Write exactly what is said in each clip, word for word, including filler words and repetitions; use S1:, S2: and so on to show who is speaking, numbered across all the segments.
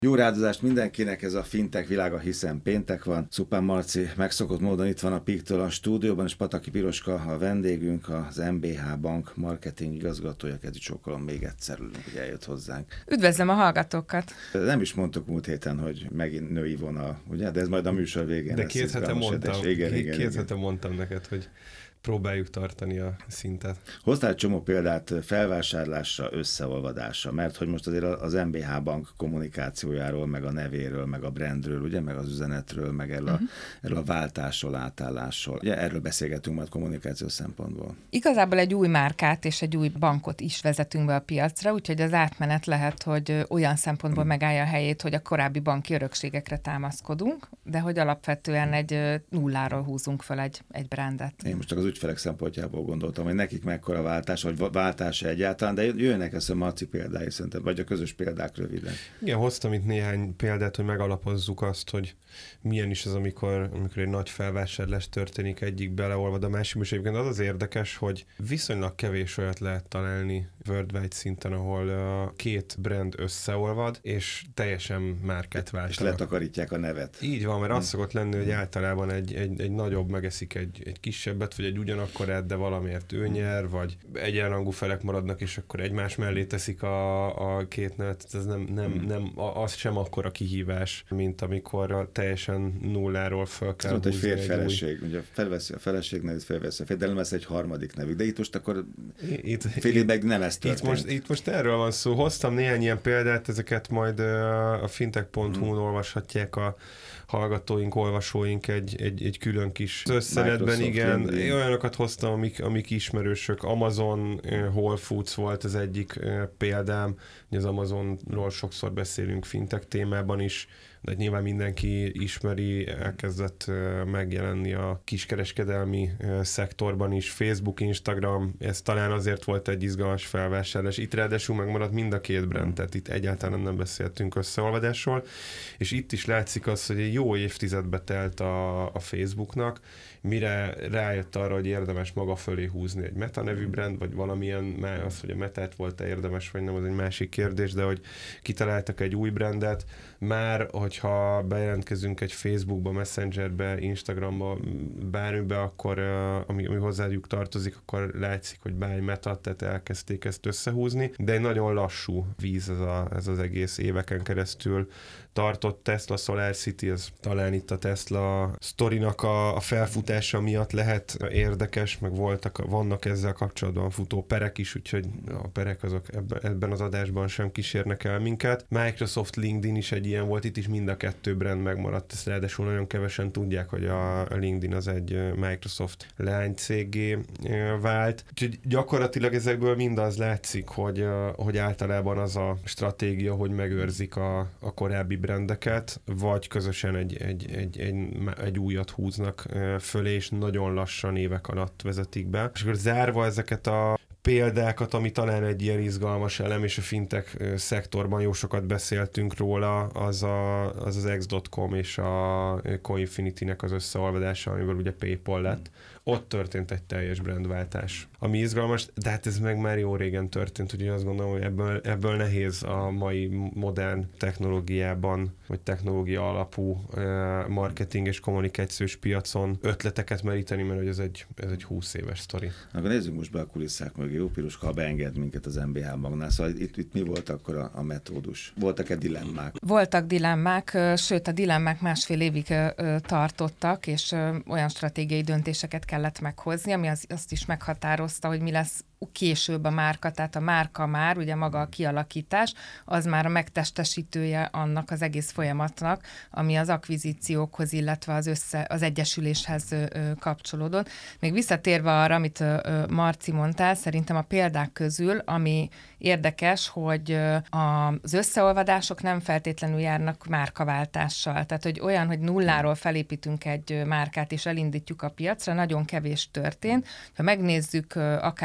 S1: Jó rádozást mindenkinek, ez a fintech világa, hiszen péntek van. Szupán Marci megszokott módon itt van a Píktől a stúdióban, és Pataki Piroska a vendégünk, az em bé há Bank marketing igazgatója. Kezi csókolom még egyszer, hogy eljött hozzánk.
S2: Üdvözlöm a hallgatókat!
S1: Nem is mondtuk múlt héten, hogy megint női vonal, ugye? De ez majd a műsor végén.
S3: De két hete mondtam,
S1: igen,
S3: két,
S1: igen,
S3: két
S1: igen.
S3: hete mondtam neked, hogy próbáljuk tartani a szintet.
S1: Hoztál egy csomó példát felvásárlásra, összeolvadásra, mert hogy most azért az em bé há Bank kommunikációjáról, meg a nevéről, meg a brandről, ugye, meg az üzenetről, meg erről, uh-huh. a, erről a váltásról, átállásról. Ugye erről beszélgetünk majd kommunikáció szempontból.
S2: Igazából egy új márkát és egy új bankot is vezetünk be a piacra, úgyhogy az átmenet lehet, hogy olyan szempontból uh-huh. megállja a helyét, hogy a korábbi banki örökségekre támaszkodunk, de hogy alapvetően egy nulláról húzunk fel egy, egy brandet.
S1: Én most csak az ügyfelek szempontjából gondoltam, hogy nekik mekkora váltás, vagy váltás egyáltalán, de jöjjenek ezt a Marci példái szerintem, vagy a közös példák röviden.
S3: Igen, hoztam itt néhány példát, hogy megalapozzuk azt, hogy milyen is az, amikor, amikor egy nagy felvásárlás történik, egyik beleolvad a másik, és egyébként az az érdekes, hogy viszonylag kevés olyat lehet találni worldwide szinten, ahol a két brand összeolvad, és teljesen márkát váltanak.
S1: És letakarítják a nevet.
S3: Így van, mert az szokott lenni, hogy általában egy, egy, egy nagyobb megeszik egy, egy kisebbet, vagy egy ugyanakkorát, de valamiért ő nyer, vagy egyenrangú felek maradnak, és akkor egymás mellé teszik a, a két nevet. Ez nem, nem, nem, az sem akkora kihívás, mint amikor teljesen nulláról fel kell
S1: húzni. Ez egy férj-feleség,
S3: új...
S1: ugye felveszi a feleség nevét, felveszi a férj, de nem lesz egy harmadik nevük. De itt most akkor
S3: itt,
S1: fél itt, meg nem ez történt.
S3: Itt most, itt most erről van szó. Hoztam néhány ilyen példát, ezeket majd a fintech pont hu-n hmm. olvashatják a hallgatóink, olvasóink egy, egy, egy külön kis összenetben, igen. LinkedIn. Olyanokat hoztam, amik, amik ismerősök. Amazon, Whole Foods volt az egyik példám. Az Amazonról sokszor beszélünk fintech témában is, de nyilván mindenki ismeri, elkezdett megjelenni a kiskereskedelmi szektorban is, Facebook, Instagram, ez talán azért volt egy izgalmas felvásárlás. Itt ráadásul megmaradt mind a két brand, tehát itt egyáltalán nem beszéltünk összeolvadásról, és itt is látszik az, hogy egy jó évtizedbe telt a, a Facebooknak, mire rájött arra, hogy érdemes maga fölé húzni egy Meta nevű brand, vagy valamilyen, az, hogy a Metát volt-e érdemes, vagy nem, az egy másik kérdés, de hogy kitaláltak egy új brandet, már, hogyha bejelentkezünk egy Facebookba, Messengerbe, Instagramba, bármibe, akkor ami, ami hozzájuk tartozik, akkor látszik, hogy bár Meta, tehát elkezdték ezt összehúzni, de egy nagyon lassú víz ez, a, ez az egész éveken keresztül tartott. Tesla Solar City, ez talán itt a Tesla sztorinak a, a felfutása miatt lehet érdekes, meg voltak, vannak ezzel kapcsolatban futó perek is, úgyhogy a perek azok ebben, ebben az adásban sem kísérnek el minket. Microsoft LinkedIn is egy ilyen volt, itt is mind a kettő brand megmaradt, ezt ráadásul nagyon kevesen tudják, hogy a LinkedIn az egy Microsoft leánycéggé vált. Úgyhogy gyakorlatilag ezekből mind az látszik, hogy, hogy általában az a stratégia, hogy megőrzik a, a korábbi brandeket, vagy közösen egy, egy, egy, egy, egy újat húznak fölé, és nagyon lassan évek alatt vezetik be. És akkor zárva ezeket a példákat, ami talán egy ilyen izgalmas elem, és a fintech szektorban jó sokat beszéltünk róla, az a, az, az X pont com és a Coinfinity-nek az összeolvadása, amiből ugye PayPal lett. Ott történt egy teljes brandváltás. Ami izgalmas, de hát ez meg már jó régen történt, úgyhogy azt gondolom, hogy ebből, ebből nehéz a mai modern technológiában, vagy technológia alapú marketing és kommunikációs piacon ötleteket meríteni, mert hogy ez egy, ez egy húsz éves sztori.
S1: Akkor nézzük most be a kulisszák mögé. Jó, Piroska, ha beenged minket az em bé há Banknál. Szóval itt, itt mi volt akkor a, a metódus? Voltak-e dilemmák?
S2: Voltak dilemmák, sőt a dilemmák másfél évig tartottak, és olyan stratégiai döntéseket kellett meghozni, ami az, azt is meghatározta, hogy mi lesz később a márka, tehát a márka már, ugye maga a kialakítás, az már a megtestesítője annak az egész folyamatnak, ami az akvizíciókhoz, illetve az, össze, az egyesüléshez ö, ö, kapcsolódott. Még visszatérve arra, amit ö, ö, Marci mondtál, szerintem a példák közül, ami érdekes, hogy ö, az összeolvadások nem feltétlenül járnak márkaváltással. Tehát, hogy olyan, hogy nulláról felépítünk egy márkát és elindítjuk a piacra, nagyon kevés történt. Ha megnézzük ö, akár itt globális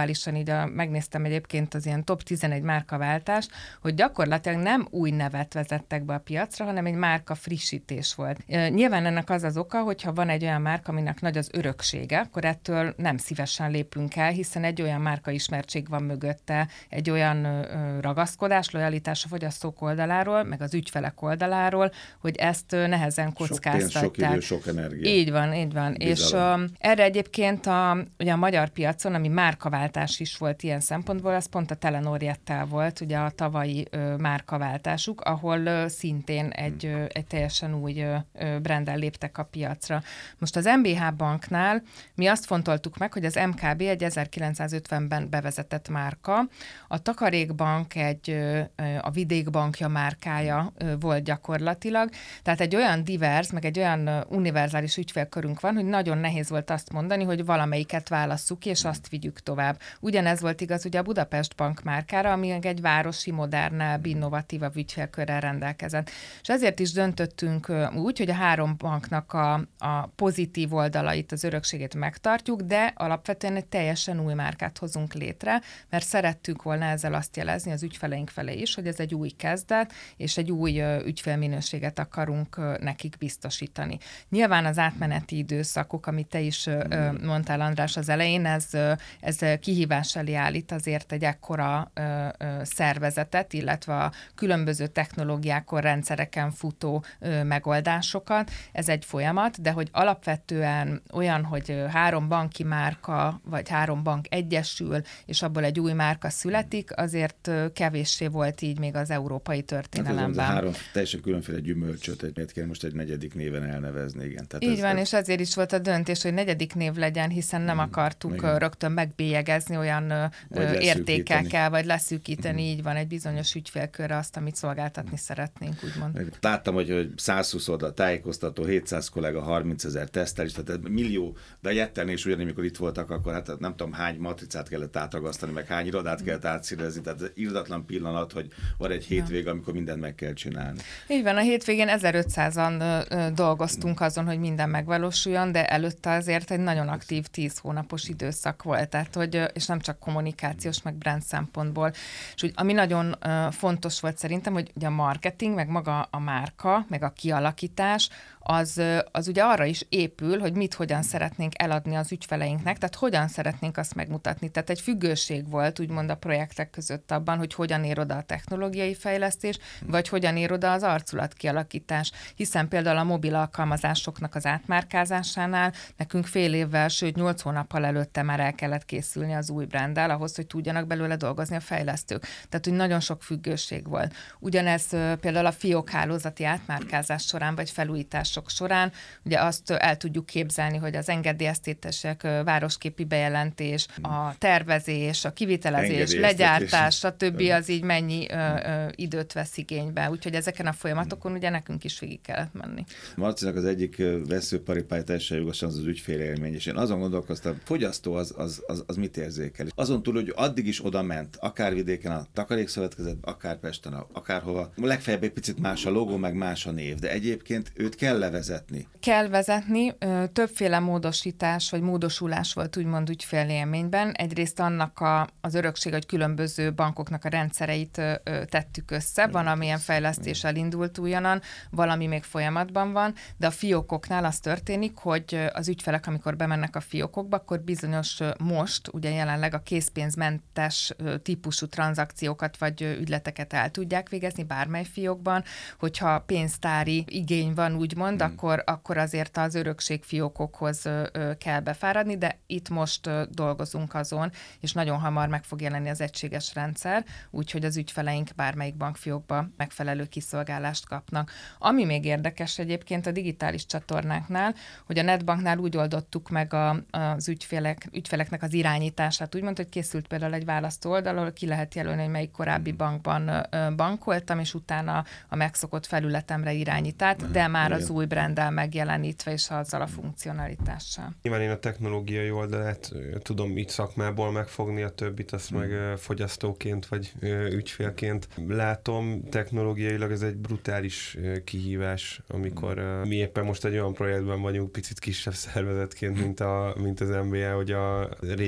S2: globálisan így a, megnéztem egyébként az ilyen top tizenegy márkaváltást, hogy gyakorlatilag nem új nevet vezettek be a piacra, hanem egy márka frissítés volt. Nyilván ennek az az oka, hogyha van egy olyan márka, aminek nagy az öröksége, akkor ettől nem szívesen lépünk el, hiszen egy olyan márka ismertség van mögötte, egy olyan ragaszkodás, lojalitás a fogyasztók oldaláról, meg az ügyfelek oldaláról, hogy ezt nehezen kockáztatják.
S1: Sok pénz, sok idő, sok energia.
S2: Így van, így van. Bizalom. És uh, erre egyébként a, ugye a magyar piacon, ami márkaváltás is volt ilyen szempontból, az pont a Telenor-Jettel volt, ugye a tavalyi uh, márkaváltásuk, ahol uh, szintén egy, uh, egy teljesen új uh, branddel léptek a piacra. Most az em bé há Banknál mi azt fontoltuk meg, hogy az em ká bé egy ezerkilencszázötvenben bevezetett márka, a Takarékbank egy uh, a Vidékbankja márkája uh, volt gyakorlatilag, tehát egy olyan divers, meg egy olyan uh, univerzális ügyfélkörünk van, hogy nagyon nehéz volt azt mondani, hogy valamelyiket válasszuk ki, és azt vigyük tovább. Ugyanez volt igaz ugye a Budapest Bank márkára, ami egy városi, modernebb, innovatívabb ügyfélkörrel rendelkezett. És ezért is döntöttünk úgy, hogy a három banknak a, a pozitív oldalait, az örökségét megtartjuk, de alapvetően egy teljesen új márkát hozunk létre, mert szerettük volna ezzel azt jelezni az ügyfeleink felé is, hogy ez egy új kezdet, és egy új ügyfélminőséget akarunk nekik biztosítani. Nyilván az átmeneti időszakok, amit te is mondtál, András, az elején, ez, ez kihívás elé állít azért egy ekkora szervezetet, illetve a különböző technológiákon, rendszereken futó megoldásokat. Ez egy folyamat, de hogy alapvetően olyan, hogy három banki márka, vagy három bank egyesül, és abból egy új márka születik, azért kevéssé volt így még az európai történelemben.
S1: Hát ez három teljesen különféle gyümölcsöt, egy kell most egy negyedik néven elnevezni, igen. Tehát
S2: így
S1: ez,
S2: van,
S1: ez...
S2: és ezért is volt a döntés, hogy negyedik név legyen, hiszen nem akartuk igen. rögtön megbélyegezni olyan vagy értékekkel, vagy leszűkíteni, mm. így van, egy bizonyos ügyfélkörre azt, amit szolgáltatni mm. szeretnénk, úgymond.
S1: Láttam, hogy száz húsz oldal tájékoztató, hétszáz kollega, harmincezer tesztelés, tehát millió, de a Jettelnél is ugyanígy, amikor itt voltak, akkor hát nem tudom hány matricát kellett átragasztani, meg hány irodát kellett átszírezni, tehát irdatlan pillanat, hogy van egy hétvége, amikor mindent meg kell csinálni.
S2: Így van, a hétvégén ezerötszázan ö, dolgoztunk azon, hogy minden megvalósuljon, de előtte azért egy nagyon aktív tíz hónapos időszak volt, tehát, hogy, és nem csak kommunikációs, meg brand szempontból. És úgy, ami nagyon ö, fontos volt szerintem, hogy ugye a marketing, meg maga a márka, meg a kialakítás, az, az ugye arra is épül, hogy mit hogyan szeretnénk eladni az ügyfeleinknek, tehát hogyan szeretnénk azt megmutatni. Tehát egy függőség volt úgymond a projektek között abban, hogy hogyan ér oda a technológiai fejlesztés, vagy hogyan ér oda az arculat kialakítás. Hiszen például a mobil alkalmazásoknak az átmárkázásánál nekünk fél évvel, sőt nyolc hónappal előtte már el kellett készülni az új branddel, ahhoz, hogy tudjanak belőle dolgozni a fejlesztők. Tehát, hogy nagyon sok függőség volt. Ugyanez például a fiók hálózati átmárkázás során, vagy felújítás során, ugye azt el tudjuk képzelni, hogy az engedélyeztetések, városképi bejelentés, a tervezés, a kivitelezés, legyártás, stb. Az így mennyi ö, ö, időt vesz igénybe. Úgyhogy ezeken a folyamatokon ugye nekünk is végig kellett menni.
S1: Marcinak az egyik veszőparipája teljesen jogosan az az ügyfélélmény, és én azon gondolkoztam, fogyasztó az, az, az, az mit érzékel. Azon túl, hogy addig is oda ment, akár vidéken a Takarékszövetkezet, akár Pesten, akárhova. Legfeljebb egy picit más a logó, meg más a név, de egyébként őt kell levezetni.
S2: Kell vezetni, többféle módosítás vagy módosulás volt úgymond ügyfélélményben. Egyrészt annak a, az örökség, hogy különböző bankoknak a rendszereit tettük össze, van amilyen fejlesztéssel indult újonnan, valami még folyamatban van, de a fiókoknál az történik, hogy az ügyfelek, amikor bemennek a fiókokba, akkor bizonyos most, ugye jelenleg a készpénzmentes típusú tranzakciókat vagy ügyleteket el tudják végezni bármely fiókban, hogyha pénztári igény van, úgymond, hmm. akkor, akkor azért az örökség fiókokhoz kell befáradni, de itt most dolgozunk azon, és nagyon hamar meg fog jelenni az egységes rendszer, úgyhogy az ügyfeleink bármelyik bankfiókba megfelelő kiszolgálást kapnak. Ami még érdekes egyébként a digitális csatornáknál, hogy a Netbanknál úgy oldottuk meg a, az ügyfelek, ügyfeleknek az irányítását, úgymond, hogy készült például egy választó oldal, ahol ki lehet jelölni, hogy melyik korábbi bankban bankoltam, és utána a megszokott felületemre irányít át, de már az új branddel megjelenítve, és azzal a funkcionalitással.
S3: Nyilván én a technológiai oldalát tudom itt szakmából megfogni, a többit azt hmm. meg fogyasztóként vagy ügyfélként látom. Technológiailag ez egy brutális kihívás, amikor hmm. mi éppen most egy olyan projektben vagyunk, picit kisebb szervezetként, mint, a, mint az em bé á, hogy a régi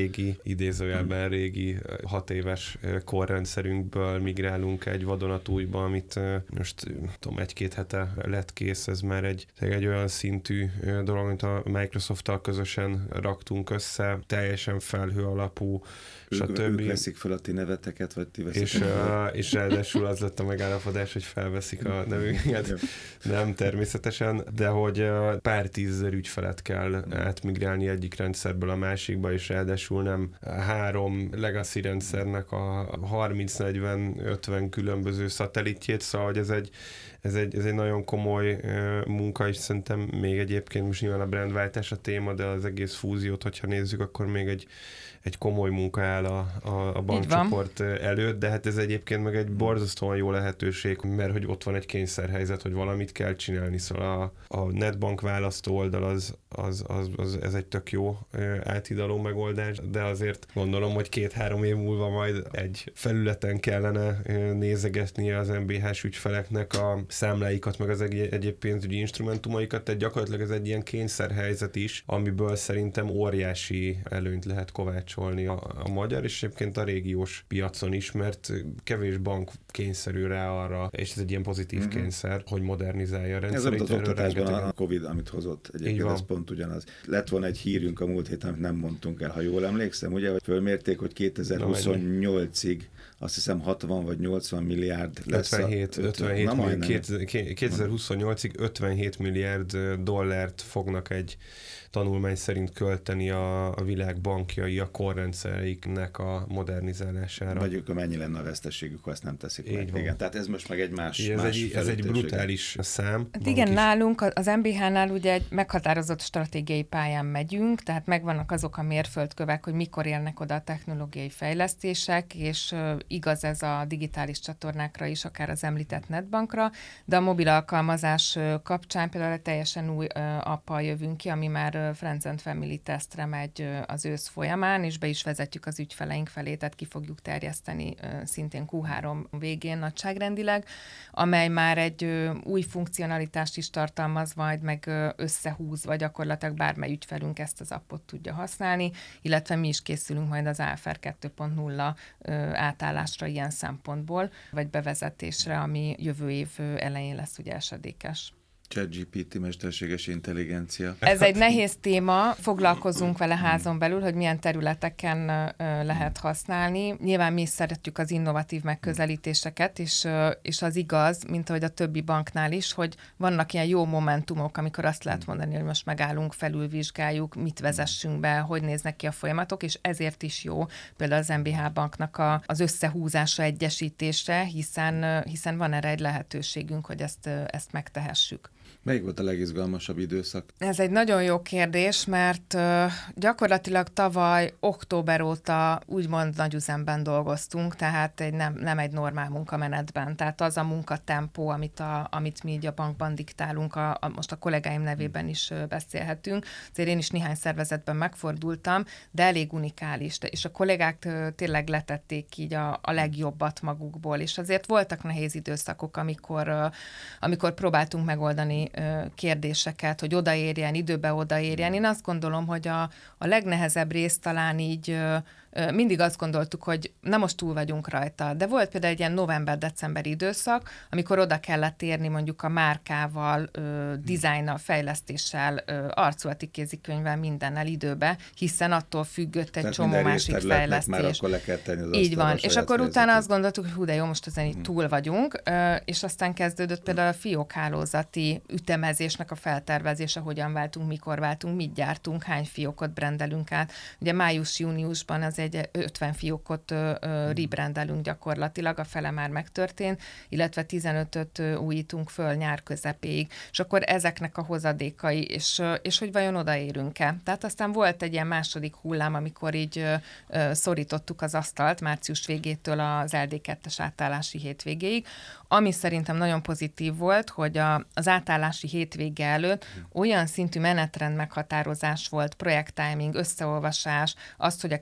S3: idézőjelben régi hat éves korrendszerünkből migrálunk egy vadonatújba, amit most tudom, egy-két hete lett kész, ez már egy, egy olyan szintű dolog, amit a Microsoft-tal közösen raktunk össze, teljesen felhő alapú,
S1: Ők, ők veszik fel a ti neveteket, vagy ti veszik
S3: és, a, és ráadásul az lett a megállapodás, hogy felveszik a nevünket. Nem természetesen, de hogy pár tízezer ügyfelet kell átmigrálni egyik rendszerből a másikba, és ráadásul nem három legacy rendszernek a harminc-negyven-ötven különböző szatellitjét, szóval hogy ez egy Ez egy, ez egy nagyon komoly uh, munka, és szerintem még egyébként most nyilván a brandváltás a téma, de az egész fúziót, hogyha nézzük, akkor még egy, egy komoly munka áll a, a, a bankcsoport előtt, de hát ez egyébként meg egy borzasztóan jó lehetőség, mert hogy ott van egy kényszerhelyzet, hogy valamit kell csinálni, szóval a, a netbank választó oldal az, az, az, az ez egy tök jó uh, áthidaló megoldás, de azért gondolom, hogy két-három év múlva majd egy felületen kellene uh, nézegetnie az em bé hás ügyfeleknek a számláikat, meg az egy, egyéb pénzügyi instrumentumaikat, tehát gyakorlatilag ez egy ilyen kényszerhelyzet is, amiből szerintem óriási előnyt lehet kovácsolni a, a magyar, és egyébként a régiós piacon is, mert kevés bank kényszerül rá arra, és ez egy ilyen pozitív mm-hmm. kényszer, hogy modernizálja a rendszerét.
S1: Ez az oktatásban a Covid, amit hozott egyébként, ez pont ugyanaz. Lett volna egy hírünk a múlt héten, amit nem mondtunk el, ha jól emlékszem, ugye, hogy fölmérték, hogy kétezer-huszonnyolcig azt hiszem hatvan vagy nyolcvan milliárd lesz.
S3: ötvenhét, a, ötvenhét milliárd, kétezer-huszonnyolcig ötvenhét milliárd dollárt fognak egy tanulmány szerint költeni a, a világ bankjai a korrendszereiknek a modernizálására.
S1: Vagy ők mennyi lenne a veszteségük, ha ezt nem teszik meg. Igen, tehát ez most meg egy más,
S3: ez
S1: más
S3: egy, ez egy brutális szám.
S2: Hát igen, is. Nálunk az em bé hánál ugye egy meghatározott stratégiai pályán megyünk, tehát megvannak azok a mérföldkövek, hogy mikor érnek oda a technológiai fejlesztések, és igaz ez a digitális csatornákra is, akár az említett netbankra, de a mobil alkalmazás kapcsán például egy teljesen új appal jövünk ki, ami már Friends and Family tesztre megy az ősz folyamán, és be is vezetjük az ügyfeleink felé, tehát ki fogjuk terjeszteni szintén kú három végén nagyságrendileg, amely már egy új funkcionalitást is tartalmaz majd, meg összehúzva gyakorlatilag bármely ügyfelünk ezt az appot tudja használni, illetve mi is készülünk majd az á ef er kettő pont nulla átállásra ilyen szempontból, vagy bevezetésre, ami jövő év elején lesz ugye esedékes.
S1: ChatGPT, mesterséges intelligencia.
S2: Ez egy nehéz téma, foglalkozunk vele házon belül, hogy milyen területeken lehet használni. Nyilván mi is szeretjük az innovatív megközelítéseket, és, és az igaz, mint ahogy a többi banknál is, hogy vannak ilyen jó momentumok, amikor azt lehet mondani, hogy most megállunk, felülvizsgáljuk, mit vezessünk be, hogy néznek ki a folyamatok, és ezért is jó például az em bé há banknak a, az összehúzása, egyesítése, hiszen, hiszen van erre egy lehetőségünk, hogy ezt, ezt megtehessük.
S1: Melyik volt a legizgalmasabb időszak?
S2: Ez egy nagyon jó kérdés, mert uh, gyakorlatilag tavaly október óta úgymond nagyüzemben dolgoztunk, tehát egy nem, nem egy normál munkamenetben. Tehát az a munkatempó, amit, a, amit mi így a bankban diktálunk, a, a, most a kollégáim nevében is uh, beszélhetünk. Azért én is néhány szervezetben megfordultam, de elég unikális. És a kollégák uh, tényleg letették így a, a legjobbat magukból, és azért voltak nehéz időszakok, amikor, uh, amikor próbáltunk megoldani kérdéseket, hogy odaérjen, időbe odaérjen. Én azt gondolom, hogy a, a legnehezebb rész talán így mindig azt gondoltuk, hogy na most túl vagyunk rajta, de volt például egy ilyen november-decemberi időszak, amikor oda kellett érni mondjuk a márkával, dizájnnal, fejlesztéssel, arculati kézikönyvvel, mindennel időbe, hiszen attól függött egy Tehát csomó másik fejlesztés.
S1: Már akkor le kell tenni az
S2: Így van, és akkor utána azt gondoltuk, hogy hú, de jó, most ezen így túl vagyunk, és aztán kezdődött például a fiókhálózati ütemezésnek a feltervezése, hogyan váltunk, mikor váltunk, mit gyártunk, hány fiókot brendelünk át. Ugye május-júniusban az egy ötven fiókot ö, ö, rebrandelünk gyakorlatilag, a fele már megtörtént, illetve tizenötöt ö, újítunk föl nyár közepéig, és akkor ezeknek a hozadékai, és, ö, és hogy vajon odaérünk-e. Tehát aztán volt egy ilyen második hullám, amikor így ö, ö, szorítottuk az asztalt március végétől az el dé kettes átállási hétvégéig, ami szerintem nagyon pozitív volt, hogy a, az átállási hétvége előtt olyan szintű menetrend meghatározás volt, projekttiming, összeolvasás, az, hogy a kereszt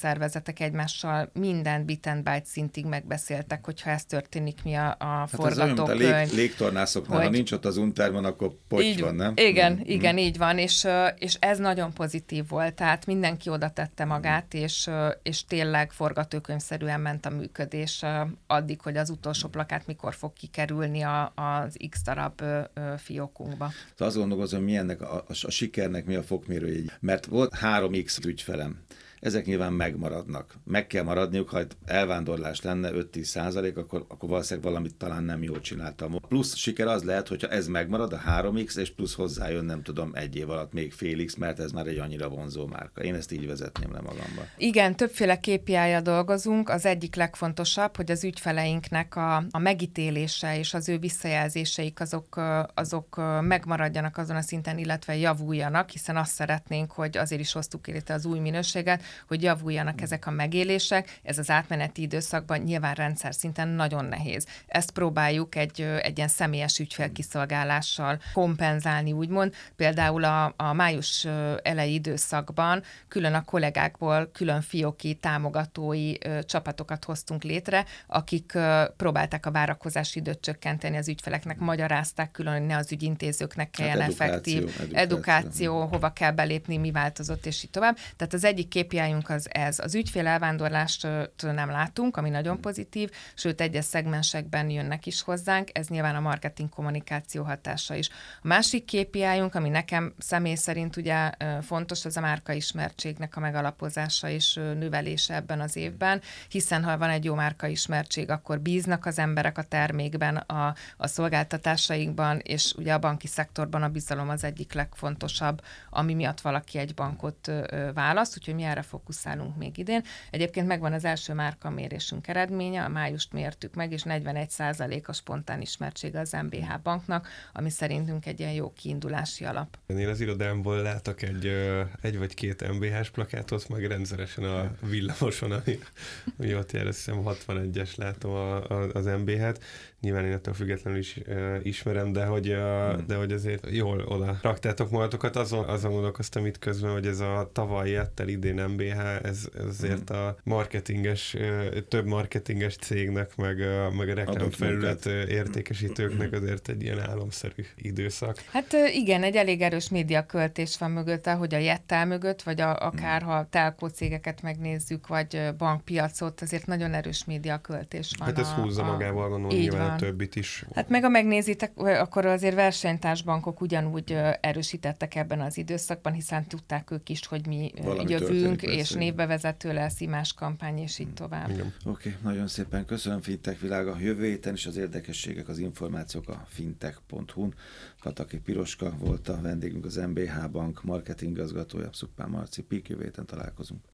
S2: szervezetek egymással minden bit and byte szintig megbeszéltek, hogyha ez történik, mi a, a
S1: hát
S2: forgatókönyv.
S1: Ez olyan, mint a lég, légtornászoknál, hogy... ha nincs ott az unterban, akkor pocs
S2: így,
S1: van, nem?
S2: Igen,
S1: mm.
S2: igen, mm. így van, és, és ez nagyon pozitív volt, tehát mindenki oda tette magát, és, és tényleg forgatókönyvszerűen ment a működés addig, hogy az utolsó plakát mikor fog kikerülni a, az X darab fiókunkba.
S1: Azt gondolkozom, mi ennek a, a, a sikernek mi a fokmérője, mert volt három X ügyfelem. Ezek nyilván megmaradnak. Meg kell maradniuk, ha elvándorlás lenne öt-tíz százalék, akkor, akkor valószínűleg valamit talán nem jól csináltam. Plusz siker az lehet, hogyha ez megmarad, a három X, és plusz hozzájön, nem tudom, egy év alatt még fél X, mert ez már egy annyira vonzó márka. Én ezt így vezetném le magamba.
S2: Igen, többféle ká pé í-jal dolgozunk. Az egyik legfontosabb, hogy az ügyfeleinknek a, a megítélése és az ő visszajelzéseik azok, azok megmaradjanak azon a szinten, illetve javuljanak, hiszen azt szeretnénk, hogy azért is hoztuk létre az új minőséget, hogy javuljanak ezek a megélések. Ez az átmeneti időszakban nyilván rendszer szinten nagyon nehéz. Ezt próbáljuk egy, egy ilyen személyes ügyfélkiszolgálással kompenzálni, úgymond. Például a, a május elejé időszakban külön a kollégákból külön fióki támogatói ö, csapatokat hoztunk létre, akik ö, próbálták a várakozási időt csökkenteni az ügyfeleknek, magyarázták külön, hogy ne az ügyintézőknek kelljen hát edukáció, effektív edukáció, edukáció, hova kell belépni, mi változott, és így tovább. Tehát az egyik ká pé í-junk az ez. Az ügyfél elvándorlást nem látunk, ami nagyon pozitív, sőt egyes szegmensekben jönnek is hozzánk, ez nyilván a marketing kommunikáció hatása is. A másik ká pé í-junk, ami nekem személy szerint ugye fontos, az a márkaismertségnek a megalapozása és növelése ebben az évben, hiszen ha van egy jó márkaismertség, akkor bíznak az emberek a termékben, a, a szolgáltatásaikban, és ugye a banki szektorban a bizalom az egyik legfontosabb, ami miatt valaki egy bankot választ, úgyhogy mi erre fókuszálunk még idén. Egyébként megvan az első márkamérésünk eredménye, a májust mértük meg, és negyvenegy százalék a spontán ismertsége az em bé há banknak, ami szerintünk egy ilyen jó kiindulási alap.
S3: Én az irodámból látok egy, egy vagy két em bé hás plakátot, meg rendszeresen a villamoson, ami, ami ott jár, azt hiszem hatvanegyes látom a, a, az em bé hát. Nyilván én ettől függetlenül is uh, ismerem, de hogy, uh, de hogy azért jól oda raktátok magatokat. Azon, azon gondolkoztam itt közben, hogy ez a tavalyi ettel idén em bé há, ez, ez azért a marketinges, uh, több marketinges cégnek, meg, uh, meg a reklámfelület értékesítőknek azért egy ilyen álomszerű időszak.
S2: Hát igen, egy elég erős médiaköltés van mögötte, hogy a Jettel mögött, vagy a, akár ha telkó cégeket megnézzük, vagy bankpiacot, azért nagyon erős médiaköltés van.
S3: Hát ez
S2: a,
S3: húzza
S2: a,
S3: magával, gondolom, nyilván a többit is.
S2: Hát meg ha megnézitek, akkor azért versenytársbankok ugyanúgy erősítettek ebben az időszakban, hiszen tudták ők is, hogy mi valami jövünk, és névbevezető lesz, imás kampány, és így tovább.
S1: Oké, okay, nagyon szépen köszönöm, Fintech Világa. Jövő héten is az érdekességek, az információk a fintech pont hu-n. Pataki Piroska volt a vendégünk, az em bé há Bank marketingigazgatója, Szupán Marci Pík, jövő héten találkozunk.